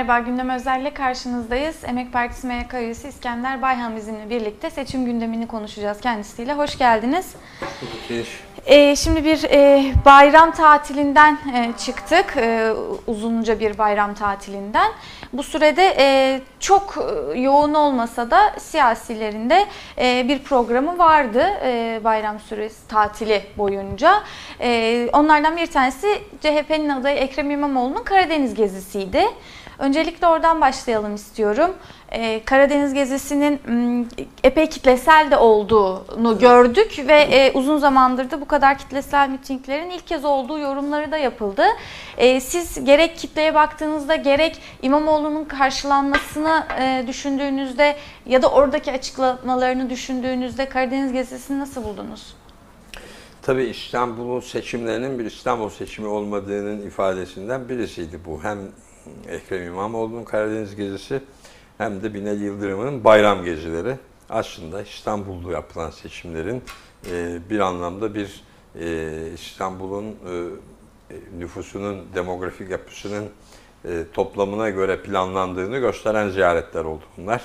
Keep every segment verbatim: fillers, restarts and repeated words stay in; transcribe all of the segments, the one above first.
Merhaba, Gündem Özel'le karşınızdayız. Emek Partisi M Y K üyesi İskender Bayhan bizimle birlikte seçim gündemini konuşacağız kendisiyle. Hoş geldiniz. Hoş Ee, şimdi bir e, bayram tatilinden e, çıktık, e, uzunca bir bayram tatilinden. Bu sürede e, çok yoğun olmasa da siyasilerin de e, bir programı vardı e, bayram süresi tatili boyunca. E, onlardan bir tanesi C H P'nin adayı Ekrem İmamoğlu'nun Karadeniz gezisiydi. Öncelikle oradan başlayalım istiyorum. Ee, Karadeniz gezisinin m, epey kitlesel de olduğunu gördük ve e, uzun zamandır da bu kadar kitlesel mitinglerin ilk kez olduğu yorumları da yapıldı. E, siz gerek kitleye baktığınızda gerek İmamoğlu'nun karşılanmasını e, düşündüğünüzde ya da oradaki açıklamalarını düşündüğünüzde Karadeniz gezisini nasıl buldunuz? Tabii İstanbul'un seçimlerinin bir İstanbul seçimi olmadığının ifadesinden birisiydi bu. Hem Ekrem İmamoğlu'nun Karadeniz gezisi hem de Binali Yıldırım'ın bayram gezileri aslında İstanbul'da yapılan seçimlerin bir anlamda bir İstanbul'un nüfusunun, demografik yapısının toplamına göre planlandığını gösteren ziyaretler oldu bunlar.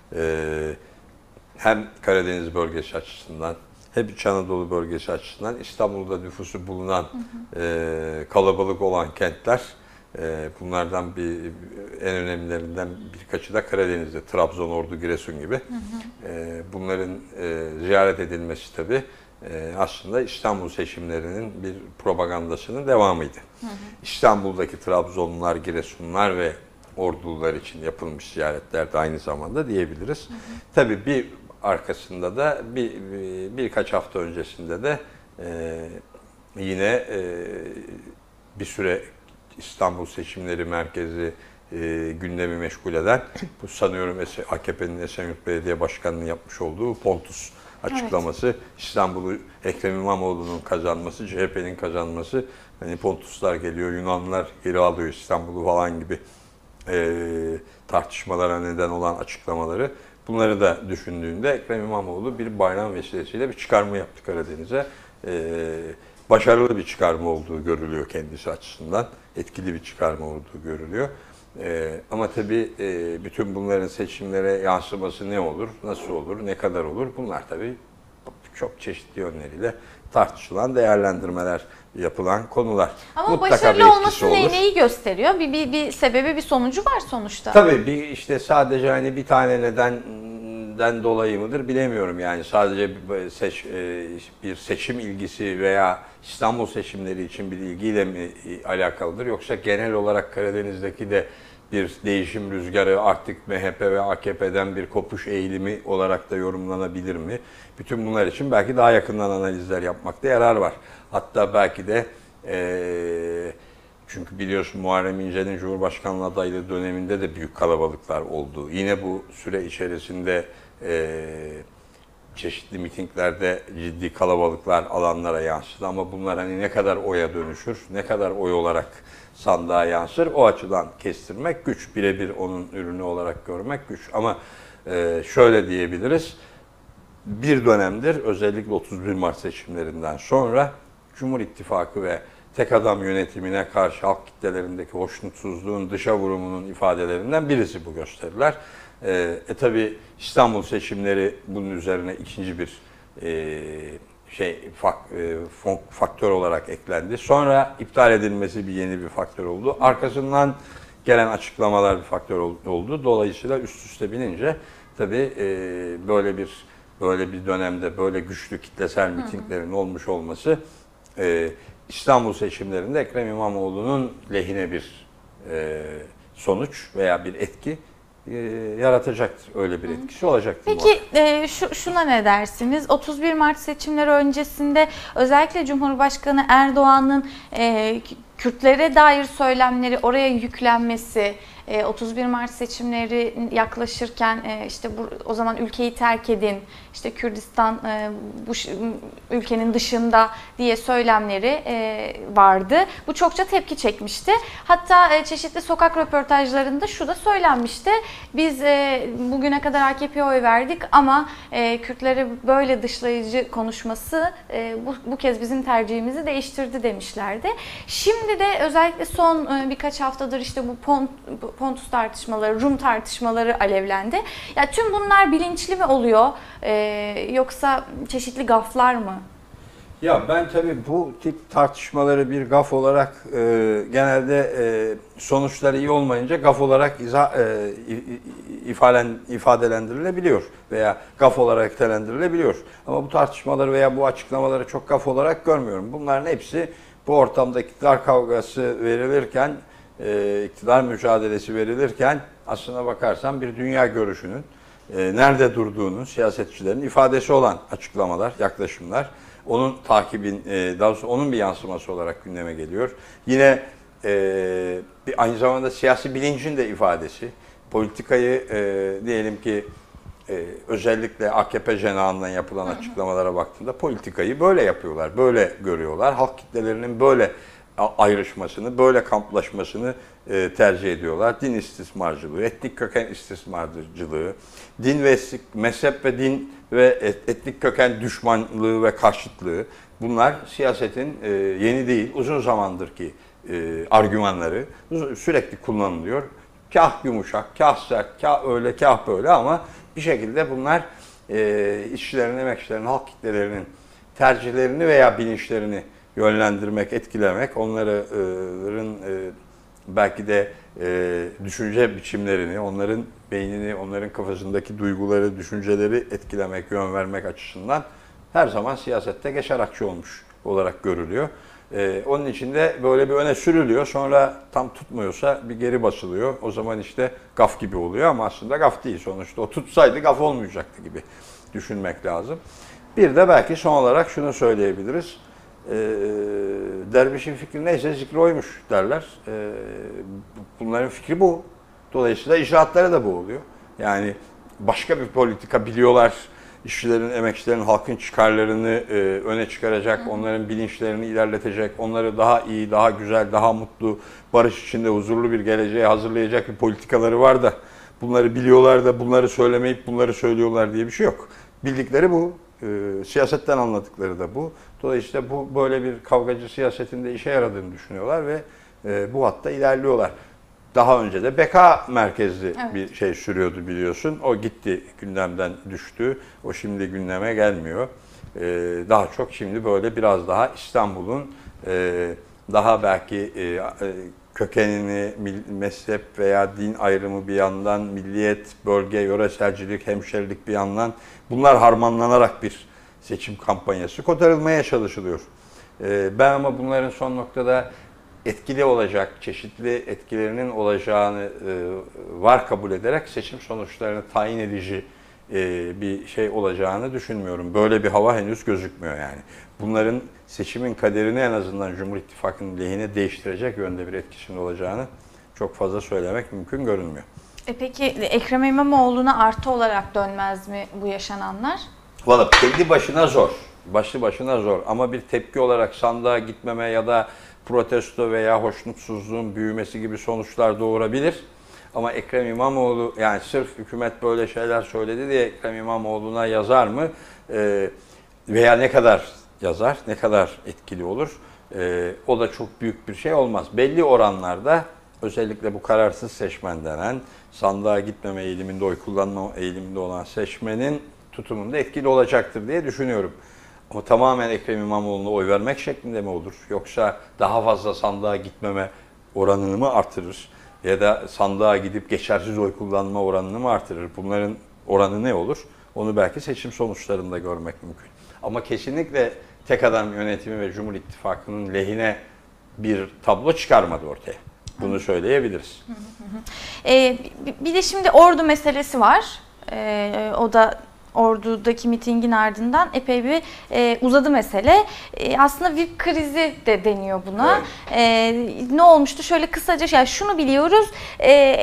Hem Karadeniz bölgesi açısından hem İç Anadolu bölgesi açısından İstanbul'da nüfusu bulunan hı hı. kalabalık olan kentler. Bunlardan bir en önemlilerinden birkaçı da Karadeniz'de, Trabzon, Ordu, Giresun gibi. Hı hı. Bunların ziyaret edilmesi tabii aslında İstanbul seçimlerinin bir propagandasının devamıydı. Hı hı. İstanbul'daki Trabzonlular, Giresunlular ve Ordulular için yapılmış ziyaretler de aynı zamanda diyebiliriz. Hı hı. Tabii bir arkasında da bir, bir birkaç hafta öncesinde de yine bir süre İstanbul seçimleri merkezi e, gündemi meşgul eden, bu sanıyorum A K P'nin Esenyurt Belediye Başkanı'nın yapmış olduğu Pontus açıklaması, evet. İstanbul'u Ekrem İmamoğlu'nun kazanması, C H P'nin kazanması, hani Pontuslar geliyor, Yunanlılar geri alıyor İstanbul'u falan gibi e, tartışmalara neden olan açıklamaları. Bunları da düşündüğünde Ekrem İmamoğlu bir bayram vesilesiyle bir çıkarma yaptı Karadeniz'e. E, başarılı bir çıkarma olduğu görülüyor kendisi açısından. Etkili bir çıkarma olduğu görülüyor. Ee, ama tabii e, bütün bunların seçimlere yansıması ne olur, nasıl olur, ne kadar olur? Bunlar tabii çok çeşitli yönleriyle tartışılan, değerlendirmeler yapılan konular. Ama mutlaka başarılı olması ne, neyi gösteriyor? Bir, bir, bir sebebi, bir sonucu var sonuçta. Tabii bir işte sadece hani bir tane nedenden dolayı mıdır bilemiyorum. Yani sadece bir, seç, bir seçim ilgisi veya İstanbul seçimleri için bir ilgiyle mi alakalıdır? Yoksa genel olarak Karadeniz'deki de bir değişim rüzgarı artık M H P ve A K P'den bir kopuş eğilimi olarak da yorumlanabilir mi? Bütün bunlar için belki daha yakından analizler yapmakta yarar var. Hatta belki de ee, çünkü biliyorsun Muharrem İnce'nin Cumhurbaşkanlığı adaylığı döneminde de büyük kalabalıklar oldu. Yine bu süre içerisinde e, çeşitli mitinglerde ciddi kalabalıklar alanlara yansıdı. Ama bunlar hani ne kadar oya dönüşür, ne kadar oy olarak sandığa yansır, o açıdan kestirmek güç. Birebir onun ürünü olarak görmek güç. Ama e, şöyle diyebiliriz, bir dönemdir özellikle otuz bir Mart seçimlerinden sonra Cumhur İttifakı ve tek adam yönetimine karşı halk kitlelerindeki hoşnutsuzluğun dışa vurumunun ifadelerinden birisi bu gösteriler. E, e tabi İstanbul seçimleri bunun üzerine ikinci bir e, şey fak, e, faktör olarak eklendi. Sonra iptal edilmesi bir yeni bir faktör oldu. Arkasından gelen açıklamalar bir faktör oldu. Dolayısıyla üst üste binince tabi e, böyle bir böyle bir dönemde böyle güçlü kitlesel mitinglerin olmuş olması e, İstanbul seçimlerinde Ekrem İmamoğlu'nun lehine bir e, sonuç veya bir etki e, yaratacaktır. Öyle bir etkisi olacaktır. Peki e, şu, şuna ne dersiniz? otuz bir Mart seçimleri öncesinde özellikle Cumhurbaşkanı Erdoğan'ın e, Kürtlere dair söylemleri oraya yüklenmesi, otuz bir Mart seçimleri yaklaşırken işte bu, o zaman ülkeyi terk edin, işte Kürdistan bu ülkenin dışında diye söylemleri vardı. Bu çokça tepki çekmişti. Hatta çeşitli sokak röportajlarında şu da söylenmişti. Biz bugüne kadar A K P'ye oy verdik ama Kürtlere böyle dışlayıcı konuşması bu, bu kez bizim tercihimizi değiştirdi demişlerdi. Şimdi de özellikle son birkaç haftadır işte bu pont Pontus tartışmaları, Rum tartışmaları alevlendi. Ya tüm bunlar bilinçli mi oluyor e, yoksa çeşitli gaflar mı? Ya ben tabii bu tip tartışmaları bir gaf olarak e, genelde e, sonuçları iyi olmayınca gaf olarak izah, e, ifalen, ifadelendirilebiliyor veya gaf olarak nitelendirilebiliyor. Ama bu tartışmaları veya bu açıklamaları çok gaf olarak görmüyorum. Bunların hepsi bu ortamda iktidar kavgası verilirken, e, iktidar mücadelesi verilirken aslına bakarsan bir dünya görüşünün e, nerede durduğunun siyasetçilerin ifadesi olan açıklamalar, yaklaşımlar. Onun takibin, daha doğrusu onun bir yansıması olarak gündeme geliyor. Yine e, bir aynı zamanda siyasi bilincin de ifadesi. Politikayı e, diyelim ki e, özellikle A K P cenahından yapılan açıklamalara baktığında politikayı böyle yapıyorlar, böyle görüyorlar. Halk kitlelerinin böyle ayrışmasını, böyle kamplaşmasını e, tercih ediyorlar. Din istismarcılığı, etnik köken istismarcılığı, din ve mezhep ve din ve etnik köken düşmanlığı ve karşıtlığı, bunlar siyasetin e, yeni değil, uzun zamandır ki e, argümanları sürekli kullanılıyor. Kah yumuşak, kah sert, kah öyle, kah böyle ama bir şekilde bunlar e, işçilerin, emekçilerin, halk kitlelerinin tercihlerini veya bilinçlerini yönlendirmek, etkilemek, onların e, belki de e, düşünce biçimlerini, onların beynini, onların kafasındaki duyguları, düşünceleri etkilemek, yön vermek açısından her zaman siyasette geçer akçe olmuş olarak görülüyor. E, onun için de böyle bir öne sürülüyor, sonra tam tutmuyorsa bir geri basılıyor. O zaman işte gaf gibi oluyor ama aslında gaf değil sonuçta. O tutsaydı gaf olmayacaktı gibi düşünmek lazım. Bir de belki son olarak şunu söyleyebiliriz. E, dervişin fikri neyse zikri oymuş derler. E, bunların fikri bu. Dolayısıyla icraatları da bu oluyor. Yani başka bir politika biliyorlar. İşçilerin, emekçilerin, halkın çıkarlarını e, öne çıkaracak, onların bilinçlerini ilerletecek, onları daha iyi, daha güzel, daha mutlu, barış içinde huzurlu bir geleceğe hazırlayacak bir politikaları var da bunları biliyorlar da bunları söylemeyip bunları söylüyorlar diye bir şey yok. Bildikleri bu. E, siyasetten anladıkları da bu. Dolayısıyla bu böyle bir kavgacı siyasetinde işe yaradığını düşünüyorlar ve e, bu hatta ilerliyorlar. Daha önce de B K merkezli evet. bir şey sürüyordu biliyorsun. O gitti, gündemden düştü. O şimdi gündeme gelmiyor. E, daha çok şimdi böyle biraz daha İstanbul'un e, daha belki e, kökenini, mezhep veya din ayrımı bir yandan, milliyet, bölge, yöreselcilik, hemşerilik bir yandan bunlar harmanlanarak bir seçim kampanyası kotarılmaya çalışılıyor. Ben ama bunların son noktada etkili olacak, çeşitli etkilerinin olacağını var kabul ederek seçim sonuçlarını tayin edici bir şey olacağını düşünmüyorum. Böyle bir hava henüz gözükmüyor yani. Bunların seçimin kaderini en azından Cumhur İttifakı'nın lehine değiştirecek yönde bir etkisinin olacağını çok fazla söylemek mümkün görünmüyor. E peki Ekrem İmamoğlu'na artı olarak dönmez mi bu yaşananlar? Valla kendi başına zor. Başlı başına zor ama bir tepki olarak sandığa gitmeme ya da protesto veya hoşnutsuzluğun büyümesi gibi sonuçlar doğurabilir. Ama Ekrem İmamoğlu, yani sırf hükümet böyle şeyler söyledi diye Ekrem İmamoğlu'na yazar mı? Ee, veya ne kadar yazar, ne kadar etkili olur? Ee, o da çok büyük bir şey olmaz. Belli oranlarda özellikle bu kararsız seçmen denen, sandığa gitmeme eğiliminde, oy kullanma eğiliminde olan seçmenin tutumunda etkili olacaktır diye düşünüyorum. Ama tamamen Ekrem İmamoğlu'na oy vermek şeklinde mi olur? Yoksa daha fazla sandığa gitmeme oranını mı artırır? Ya da sandığa gidip geçersiz oy kullanma oranını mı artırır? Bunların oranı ne olur? Onu belki seçim sonuçlarında görmek mümkün. Ama kesinlikle tek adam yönetimi ve Cumhur İttifakı'nın lehine bir tablo çıkarmadı ortaya. Bunu söyleyebiliriz. Ee, bir de şimdi ordu meselesi var. Ee, o da Ordu'daki mitingin ardından epey bir e, uzadı mesele. E, aslında V I P krizi de deniyor buna. Evet. E, ne olmuştu? Şöyle kısaca, yani şunu biliyoruz. E,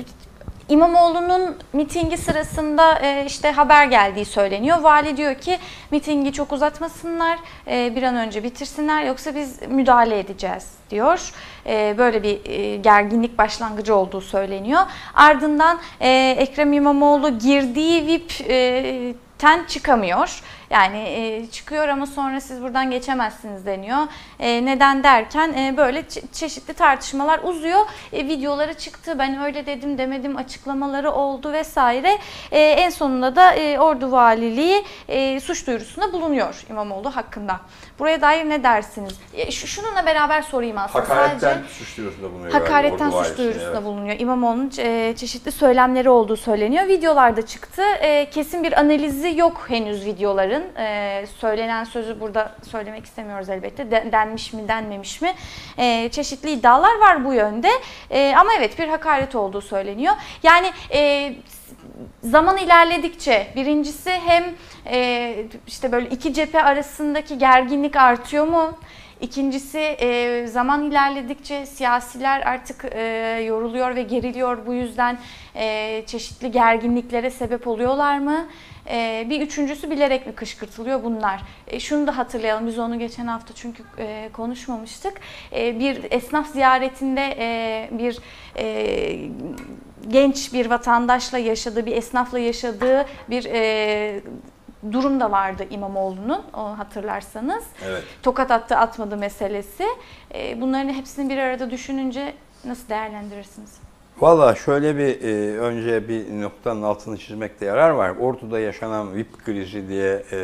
İmamoğlu'nun mitingi sırasında e, işte haber geldiği söyleniyor. Vali diyor ki mitingi çok uzatmasınlar, e, bir an önce bitirsinler yoksa biz müdahale edeceğiz diyor. E, böyle bir e, gerginlik başlangıcı olduğu söyleniyor. Ardından e, Ekrem İmamoğlu girdiği V I P'ten çıkamıyor. Yani e, çıkıyor ama sonra siz buradan geçemezsiniz deniyor. E, neden derken e, böyle çe- çeşitli tartışmalar uzuyor. E, videoları çıktı, ben öyle dedim demedim açıklamaları oldu vesaire. E, en sonunda da e, Ordu Valiliği e, suç duyurusunda bulunuyor İmamoğlu hakkında. Buraya dair ne dersiniz? E, şu, şununla beraber sorayım aslında. Hakaretten Sadece suç duyurusunda bulunuyor. hakaretten Ordu suç duyurusunda evet. bulunuyor. İmamoğlu'nun e, çeşitli söylemleri olduğu söyleniyor. Videolarda çıktı. E, kesin bir analizi yok henüz videoların. E, söylenen sözü burada söylemek istemiyoruz elbette. De, denmiş mi denmemiş mi? E, çeşitli iddialar var bu yönde. E, ama evet bir hakaret olduğu söyleniyor. Yani e, zaman ilerledikçe birincisi hem e, işte böyle iki cephe arasındaki gerginlik artıyor mu? İkincisi e, zaman ilerledikçe siyasiler artık e, yoruluyor ve geriliyor. Bu yüzden e, çeşitli gerginliklere sebep oluyorlar mı? E, bir üçüncüsü bilerek mi kışkırtılıyor bunlar? E, şunu da hatırlayalım, biz onu geçen hafta çünkü e, konuşmamıştık. E, bir esnaf ziyaretinde e, bir e, genç bir vatandaşla yaşadığı, bir esnafla yaşadığı bir e, durum da vardı İmamoğlu'nun, o hatırlarsanız. Evet. Tokat attı atmadı meselesi. E, bunların hepsini bir arada düşününce nasıl değerlendirirsiniz? Valla şöyle bir e, önce bir noktanın altını çizmekte yarar var. Ordu'da yaşanan V I P krizi diye e,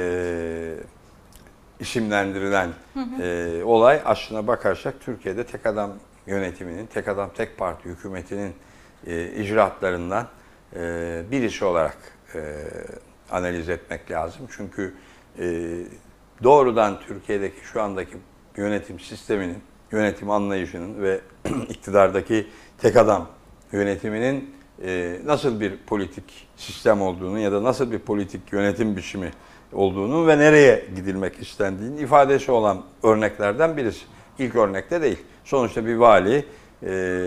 isimlendirilen hı hı. E, olay aslına bakarsak Türkiye'de tek adam yönetiminin, tek adam tek parti hükümetinin e, icraatlarından e, birisi olarak e, analiz etmek lazım. Çünkü e, doğrudan Türkiye'deki şu andaki yönetim sisteminin, yönetim anlayışının ve iktidardaki tek adam yönetiminin e, nasıl bir politik sistem olduğunu ya da nasıl bir politik yönetim biçimi olduğunu ve nereye gidilmek istendiğinin ifadesi olan örneklerden birisi. İlk örnekte değil. Sonuçta bir vali, e,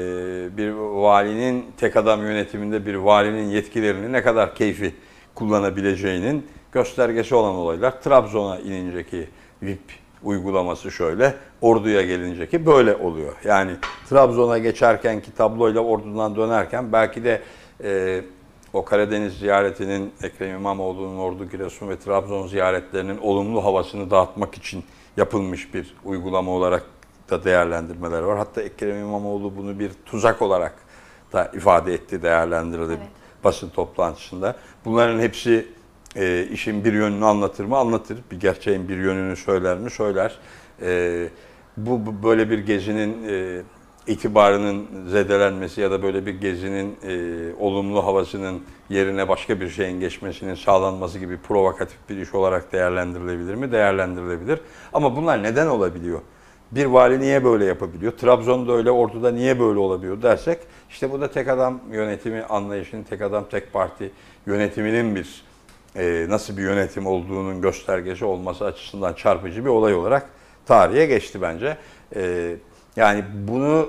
bir valinin tek adam yönetiminde bir valinin yetkilerini ne kadar keyfi kullanabileceğinin göstergesi olan olaylar. Trabzon'a ininceki V I P uygulaması şöyle, Ordu'ya gelinceki böyle oluyor. Yani Trabzon'a geçerkenki tabloyla Ordu'dan dönerken belki de e, o Karadeniz ziyaretinin, Ekrem İmamoğlu'nun Ordu, Giresun ve Trabzon ziyaretlerinin olumlu havasını dağıtmak için yapılmış bir uygulama olarak da değerlendirmeler var. Hatta Ekrem İmamoğlu bunu bir tuzak olarak da ifade etti, değerlendirildi evet. basın toplantısında. Bunların hepsi e, işin bir yönünü anlatır mı? Anlatır. Bir gerçeğin bir yönünü söyler mi? Söyler. E, bu, bu böyle bir gezinin e, itibarının zedelenmesi ya da böyle bir gezinin e, olumlu havasının yerine başka bir şeyin geçmesinin sağlanması gibi provokatif bir iş olarak değerlendirilebilir mi? Değerlendirilebilir. Ama bunlar neden olabiliyor? Bir vali niye böyle yapabiliyor? Trabzon'da öyle, Ordu'da niye böyle olabiliyor dersek, işte bu da tek adam yönetimi anlayışının, tek adam tek parti yönetiminin bir e, nasıl bir yönetim olduğunun göstergesi olması açısından çarpıcı bir olay olarak tarihe geçti bence. E, yani bunu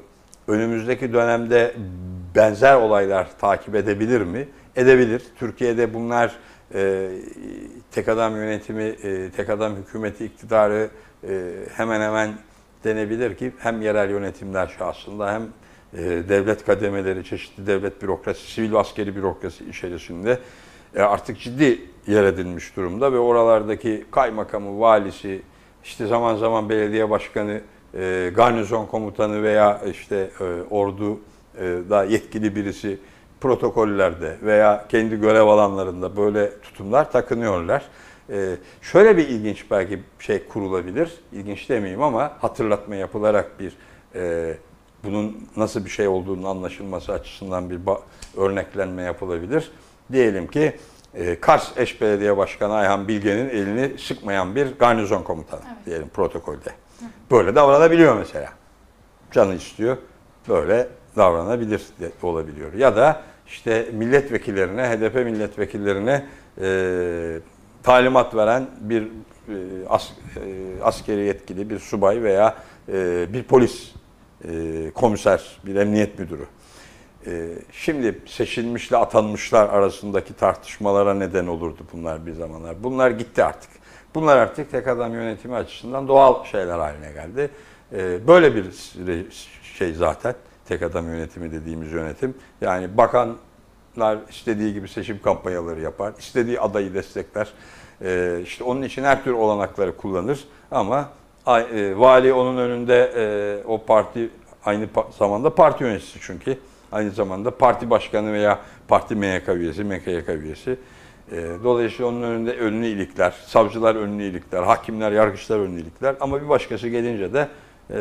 e, önümüzdeki dönemde benzer olaylar takip edebilir mi? Edebilir. Türkiye'de bunlar e, tek adam yönetimi, e, tek adam hükümeti, iktidarı e, hemen hemen denebilir ki hem yerel yönetimler şahsında hem e, devlet kademeleri, çeşitli devlet bürokrasi, sivil ve askeri bürokrasi içerisinde e, artık ciddi yer edilmiş durumda ve oralardaki kaymakamı, valisi, işte zaman zaman belediye başkanı, e, garnizon komutanı veya işte e, orduda yetkili birisi protokollerde veya kendi görev alanlarında böyle tutumlar takınıyorlar. Ee, şöyle bir ilginç belki şey kurulabilir, ilginç demeyeyim ama hatırlatma yapılarak bir e, bunun nasıl bir şey olduğunun anlaşılması açısından bir örneklenme yapılabilir. Diyelim ki e, Kars Eş Belediye Başkanı Ayhan Bilge'nin elini sıkmayan bir garnizon komutanı evet. diyelim protokolde. Böyle davranabiliyor mesela. Canı istiyor, böyle davranabilir de olabiliyor. Ya da işte milletvekillerine, H D P milletvekillerine e, talimat veren bir e, as, e, askeri yetkili, bir subay veya e, bir polis e, komiser, bir emniyet müdürü. E, şimdi seçilmişle atanmışlar arasındaki tartışmalara neden olurdu bunlar bir zamanlar. Bunlar gitti artık. Bunlar artık tek adam yönetimi açısından doğal şeyler haline geldi. E, böyle bir şey zaten tek adam yönetimi dediğimiz yönetim. Yani bakan insanlar istediği gibi seçim kampanyaları yapar, istediği adayı destekler. Ee, işte onun için her tür olanakları kullanır ama e, vali onun önünde e, o parti aynı zamanda parti yöneticisi çünkü aynı zamanda parti başkanı veya parti M Y K üyesi, M K Y K üyesi. E, dolayısıyla onun önünde önünü ilikler, savcılar önünü ilikler, hakimler, yargıçlar önünü ilikler ama bir başkası gelince de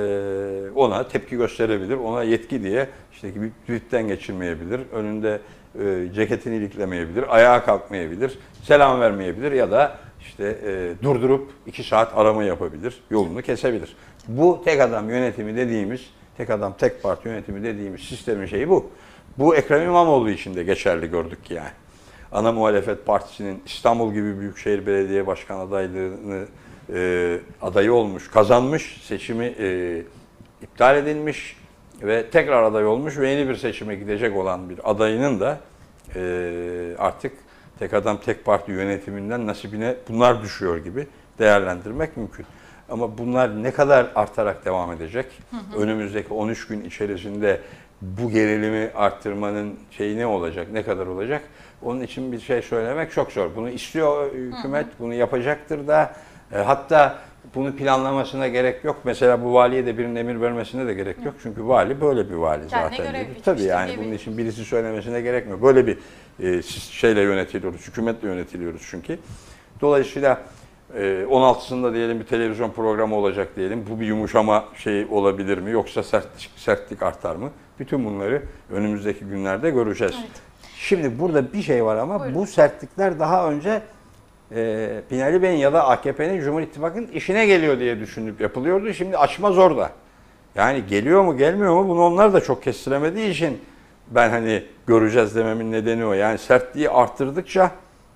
e, ona tepki gösterebilir, ona yetki diye işte bir tweetten geçirmeyebilir, önünde e, ceketini iliklemeyebilir, ayağa kalkmayabilir, selam vermeyebilir ya da işte e, durdurup iki saat arama yapabilir, yolunu kesebilir. Bu tek adam yönetimi dediğimiz, tek adam tek parti yönetimi dediğimiz sistemin şeyi bu. Bu Ekrem İmamoğlu için de geçerli gördük ki yani. Ana muhalefet partisinin İstanbul gibi Büyükşehir Belediye Başkan adaylığını e, adayı olmuş, kazanmış, seçimi e, iptal edilmiş ve tekrar aday olmuş ve yeni bir seçime gidecek olan bir adayının da e, artık tek adam tek parti yönetiminden nasibine bunlar düşüyor gibi değerlendirmek mümkün. Ama bunlar ne kadar artarak devam edecek? Hı hı. Önümüzdeki on üç gün içerisinde bu gerilimi arttırmanın şeyi ne olacak, ne kadar olacak? Onun için bir şey söylemek çok zor. Bunu istiyor hükümet, hı hı. bunu yapacaktır da. E, hatta bunu planlamasına gerek yok. Mesela bu valiye de birinin emir vermesine de gerek yok. Çünkü vali böyle bir vali kendine zaten. Tabii yani bunun için birisi söylemesine gerek yok. Böyle bir e, şeyle yönetiliyoruz, hükümetle yönetiliyoruz çünkü. Dolayısıyla on altısında diyelim bir televizyon programı olacak diyelim. Bu bir yumuşama şeyi olabilir mi? Yoksa sert, sertlik artar mı? Bütün bunları önümüzdeki günlerde göreceğiz. Evet. Şimdi burada bir şey var ama buyurun. Bu sertlikler daha önce e, Binali Bey'in ya da A K P'nin Cumhur İttifakı'nın işine geliyor diye düşünüp yapılıyordu. Şimdi açma zor da. Yani geliyor mu gelmiyor mu bunu onlar da çok kestiremediği için ben hani göreceğiz dememin nedeni o. Yani sertliği arttırdıkça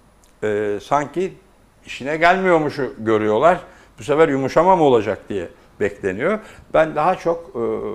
e, sanki işine gelmiyormuşu görüyorlar. Bu sefer yumuşama mı olacak diye bekleniyor. Ben daha çok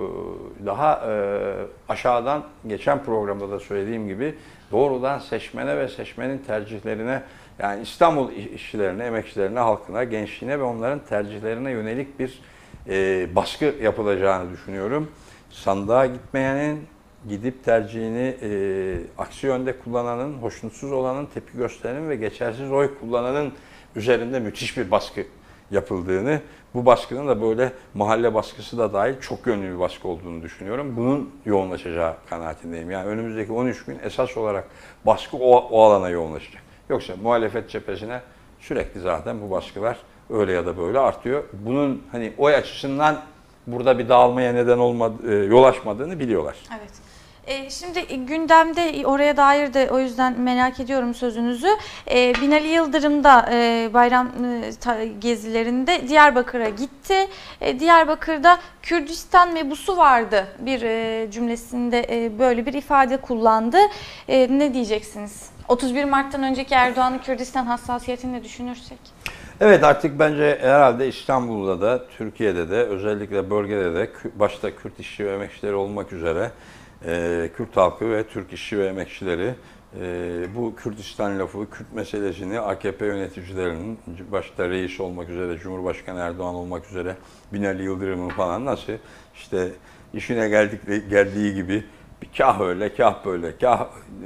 daha aşağıdan geçen programda da söylediğim gibi doğrudan seçmene ve seçmenin tercihlerine yani İstanbul işçilerine, emekçilerine, halkına, gençliğine ve onların tercihlerine yönelik bir baskı yapılacağını düşünüyorum. Sandığa gitmeyenin, gidip tercihini e, aksi yönde kullananın, hoşnutsuz olanın, tepki gösterenin ve geçersiz oy kullananın üzerinde müthiş bir baskı yapıldığını, bu baskının da böyle mahalle baskısı da dahil çok yönlü bir baskı olduğunu düşünüyorum. Bunun yoğunlaşacağı kanaatindeyim. Yani önümüzdeki on üç gün esas olarak baskı o, o alana yoğunlaşacak. Yoksa muhalefet cephesine sürekli zaten bu baskılar öyle ya da böyle artıyor. Bunun hani oy açısından burada bir dağılmaya neden olmadı, yol açmadığını biliyorlar. Evet. E, şimdi gündemde oraya dair de o yüzden merak ediyorum sözünüzü. E, Binali Yıldırım da e, bayram e, ta, gezilerinde Diyarbakır'a gitti. E, Diyarbakır'da Kürdistan mebusu vardı bir e, cümlesinde e, böyle bir ifade kullandı. E, ne diyeceksiniz? otuz bir Mart'tan önceki Erdoğan'ın Kürdistan hassasiyetini de düşünürsek. Evet artık bence herhalde İstanbul'da da Türkiye'de de özellikle bölgede de başta Kürt işçi ve emekçileri olmak üzere e, Kürt halkı ve Türk işçi ve emekçileri e, bu Kürdistan lafı, Kürt meselesini A K P yöneticilerinin başta reis olmak üzere, Cumhurbaşkanı Erdoğan olmak üzere Binali Yıldırım'ın falan nasıl işte işine geldik, geldiği gibi bir kah öyle, kah böyle, kah e,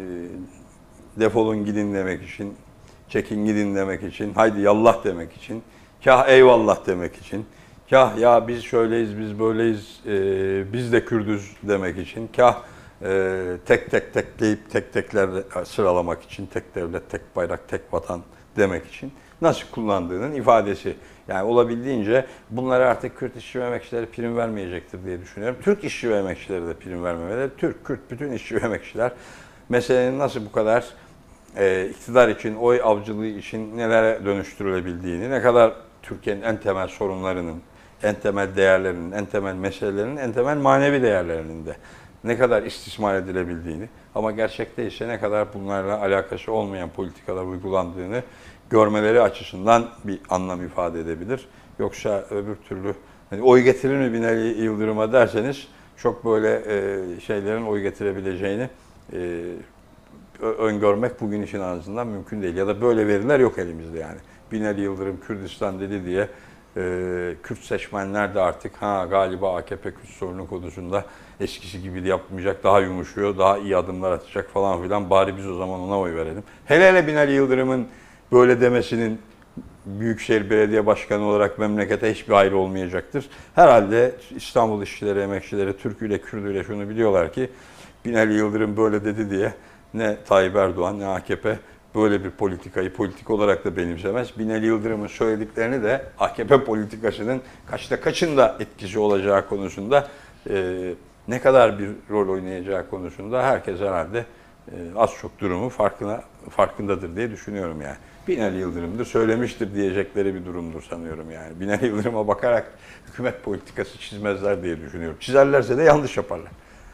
defolun gidin demek için, çekin gidin demek için, haydi yallah demek için, kah eyvallah demek için, kah ya biz şöyleyiz, biz böyleyiz, e, biz de Kürdüz demek için, kah e, tek tek tek deyip tek tekler sıralamak için, tek devlet, tek bayrak, tek vatan demek için nasıl kullandığının ifadesi. Yani olabildiğince bunlara artık Kürt işçi ve emekçileri prim vermeyecektir diye düşünüyorum. Türk işçi ve emekçileri de prim vermemeleri. Türk, Kürt, bütün işçi ve emekçiler meselenin nasıl bu kadar e, iktidar için, oy avcılığı için nelere dönüştürülebildiğini, ne kadar Türkiye'nin en temel sorunlarının, en temel değerlerinin, en temel meselelerinin, en temel manevi değerlerinin de ne kadar istismar edilebildiğini ama gerçekte ise ne kadar bunlarla alakası olmayan politikalar uygulandığını görmeleri açısından bir anlam ifade edebilir. Yoksa öbür türlü hani oy getirir mi Binali Yıldırım'a derseniz çok böyle e, şeylerin oy getirebileceğini e, öngörmek bugün için en azından mümkün değil. Ya da böyle veriler yok elimizde yani. Binali Yıldırım Kürdistan dedi diye Kürt seçmenler de artık ha galiba A K P Kürt sorunu konusunda eskisi gibi de yapmayacak, daha yumuşuyor, daha iyi adımlar atacak falan filan. Bari biz o zaman ona oy verelim. Hele hele Binali Yıldırım'ın böyle demesinin Büyükşehir Belediye Başkanı olarak memlekete hiçbir hayrı olmayacaktır. Herhalde İstanbul işçileri, emekçileri, Türküyle, Kürdüyle şunu biliyorlar ki Binali Yıldırım böyle dedi diye ne Tayyip Erdoğan ne A K P böyle bir politikayı politik olarak da benimsemez. Binali Yıldırım'ın söylediklerini de A K P politikasının kaçta kaçında etkisi olacağı konusunda e, ne kadar bir rol oynayacağı konusunda herkes herhalde e, az çok durumu farkına farkındadır diye düşünüyorum yani. Binali Yıldırım'dır, söylemiştir diyecekleri bir durumdur sanıyorum yani. Binali Yıldırım'a bakarak hükümet politikası çizmezler diye düşünüyorum. Çizerlerse de yanlış yaparlar.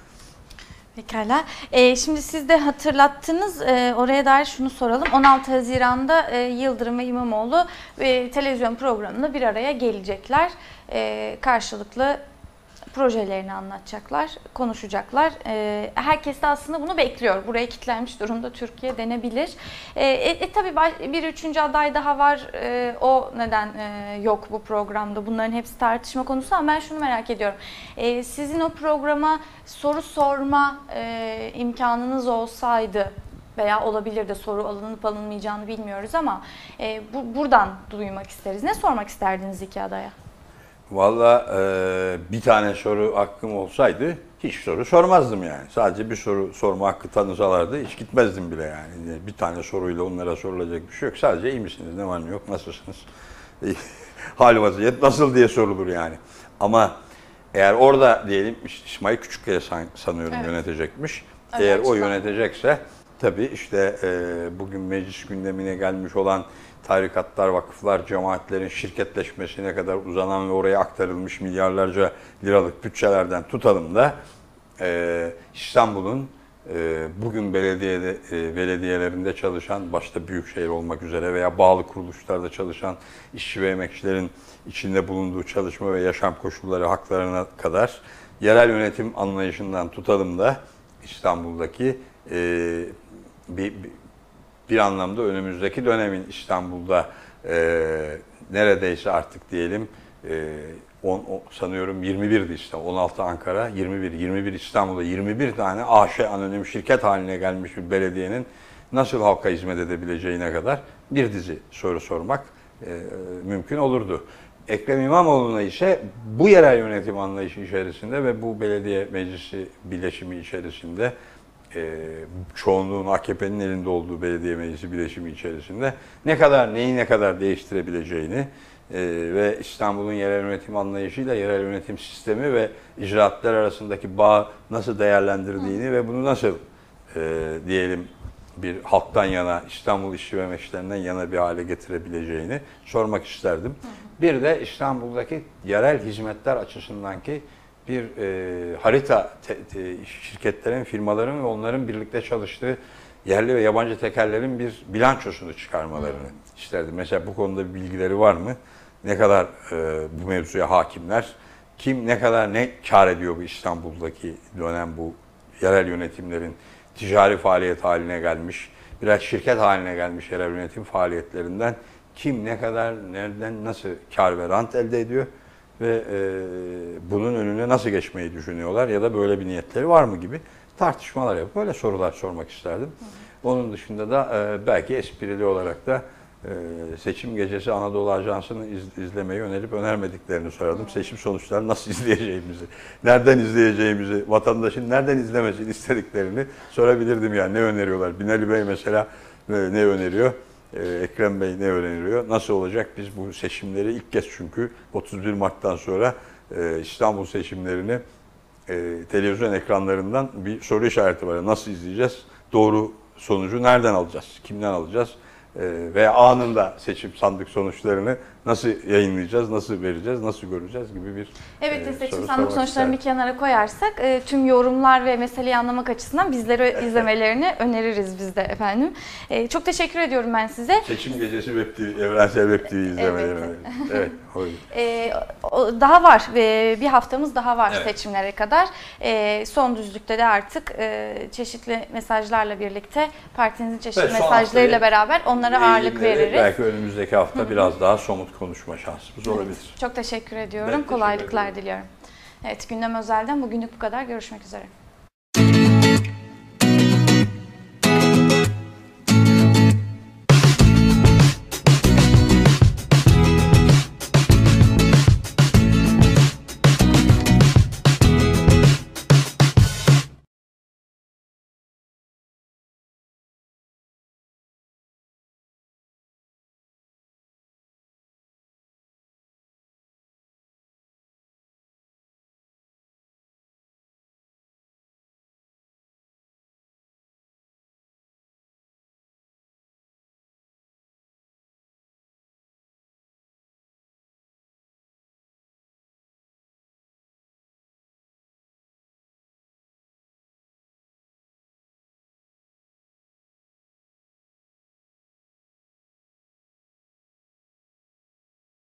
Pekala. Ee, şimdi siz de hatırlattınız. Ee, oraya dair şunu soralım. on altı Haziran'da e, Yıldırım ve İmamoğlu e, televizyon programında bir araya gelecekler. E, karşılıklı projelerini anlatacaklar, konuşacaklar. E, herkes de aslında bunu bekliyor. Buraya kilitlenmiş durumda Türkiye denebilir. E, e, e, tabii bir üçüncü aday daha var. E, o neden e, yok bu programda? Bunların hepsi tartışma konusu ama ben şunu merak ediyorum. E, sizin o programa soru sorma e, imkanınız olsaydı veya olabilir de soru alınıp alınmayacağını bilmiyoruz ama e, bu, buradan duymak isteriz. Ne sormak isterdiniz iki adaya? Valla e, bir tane soru hakkım olsaydı hiç soru sormazdım yani. Sadece bir soru sorma hakkı tanısalardı hiç gitmezdim bile yani. Bir tane soruyla onlara sorulacak bir şey yok. Sadece iyi misiniz, ne var ne yok, nasılsınız, hal vaziyet nasıl diye sorulur yani. Ama eğer orada diyelim İsmail Küçükkaya sanıyorum evet. yönetecekmiş. Evet, eğer o yönetecekse tabii işte e, bugün meclis gündemine gelmiş olan tarikatlar, vakıflar, cemaatlerin şirketleşmesine kadar uzanan ve oraya aktarılmış milyarlarca liralık bütçelerden tutalım da e, İstanbul'un e, bugün belediyede, e, belediyelerinde çalışan, başta büyükşehir olmak üzere veya bağlı kuruluşlarda çalışan işçi ve emekçilerin içinde bulunduğu çalışma ve yaşam koşulları, haklarına kadar yerel yönetim anlayışından tutalım da İstanbul'daki e, bir, bir Bir anlamda önümüzdeki dönemin İstanbul'da e, neredeyse artık diyelim e, on, o, sanıyorum yirmi birdi işte on altı Ankara, yirmi bir yirmi bir İstanbul'da yirmi bir tane A Ş anonim şirket haline gelmiş bir belediyenin nasıl halka hizmet edebileceğine kadar bir dizi soru sormak e, mümkün olurdu. Ekrem İmamoğlu'na ise bu yerel yönetim anlayışı içerisinde ve bu belediye meclisi bileşimi içerisinde Ee, çoğunluğun A K P'nin elinde olduğu belediye meclisi bileşimi içerisinde ne kadar neyi ne kadar değiştirebileceğini e, ve İstanbul'un yerel yönetim anlayışıyla yerel yönetim sistemi ve icraatlar arasındaki bağ nasıl değerlendirdiğini Hı. ve bunu nasıl e, diyelim bir halktan yana, İstanbul işçi ve emekçilerinden yana bir hale getirebileceğini sormak isterdim. Hı. Bir de İstanbul'daki yerel hizmetler açısından ki bir e, harita te, te, şirketlerin, firmaların ve onların birlikte çalıştığı yerli ve yabancı tekellerin bir bilançosunu çıkarmalarını hmm. isterdim. Mesela bu konuda bir bilgileri var mı? Ne kadar e, bu mevzuya hakimler? Kim ne kadar ne kar ediyor bu İstanbul'daki dönem bu yerel yönetimlerin ticari faaliyet haline gelmiş, biraz şirket haline gelmiş yerel yönetim faaliyetlerinden kim ne kadar, nereden, nasıl kar ve rant elde ediyor? Ve e, bunun önüne nasıl geçmeyi düşünüyorlar ya da böyle bir niyetleri var mı gibi tartışmalar yapıp böyle sorular sormak isterdim. Hı. Onun dışında da e, belki esprili olarak da e, seçim gecesi Anadolu Ajansı'nı iz, izlemeyi önerip önermediklerini sorardım. Hı. Seçim sonuçlarını nasıl izleyeceğimizi, nereden izleyeceğimizi, vatandaşın nereden izlemesini istediklerini sorabilirdim yani. Ne öneriyorlar? Binali Bey mesela e, ne öneriyor? Ekrem Bey ne öneriyor? Nasıl olacak? Biz bu seçimleri ilk kez çünkü otuz bir Mart'tan sonra İstanbul seçimlerini televizyon ekranlarından bir soru işareti var. Nasıl izleyeceğiz? Doğru sonucu nereden alacağız? Kimden alacağız? Veya anında seçim sandık sonuçlarını nasıl yayınlayacağız, nasıl vereceğiz, nasıl göreceğiz gibi bir Evet, e, seçim sandık sonuçlarını bir kenara koyarsak e, tüm yorumlar ve meseleyi anlamak açısından bizleri izlemelerini öneririz biz de efendim. E, çok teşekkür ediyorum ben size. Seçim gecesi Web T V, Evrensel Web T V izlemeleri. Evet. evet e, daha var, e, bir haftamız daha var evet. seçimlere kadar. E, son düzlükte de artık e, çeşitli mesajlarla birlikte partinizin çeşitli evet, mesajlarıyla beraber onlara ağırlık veririz. Belki önümüzdeki hafta biraz daha somut konuşma şansımız olabilir. Evet, çok teşekkür ediyorum. Ben teşekkür Kolaylıklar ederim. diliyorum. Evet, Gündem Özel'den bugünlük bu kadar. Görüşmek üzere.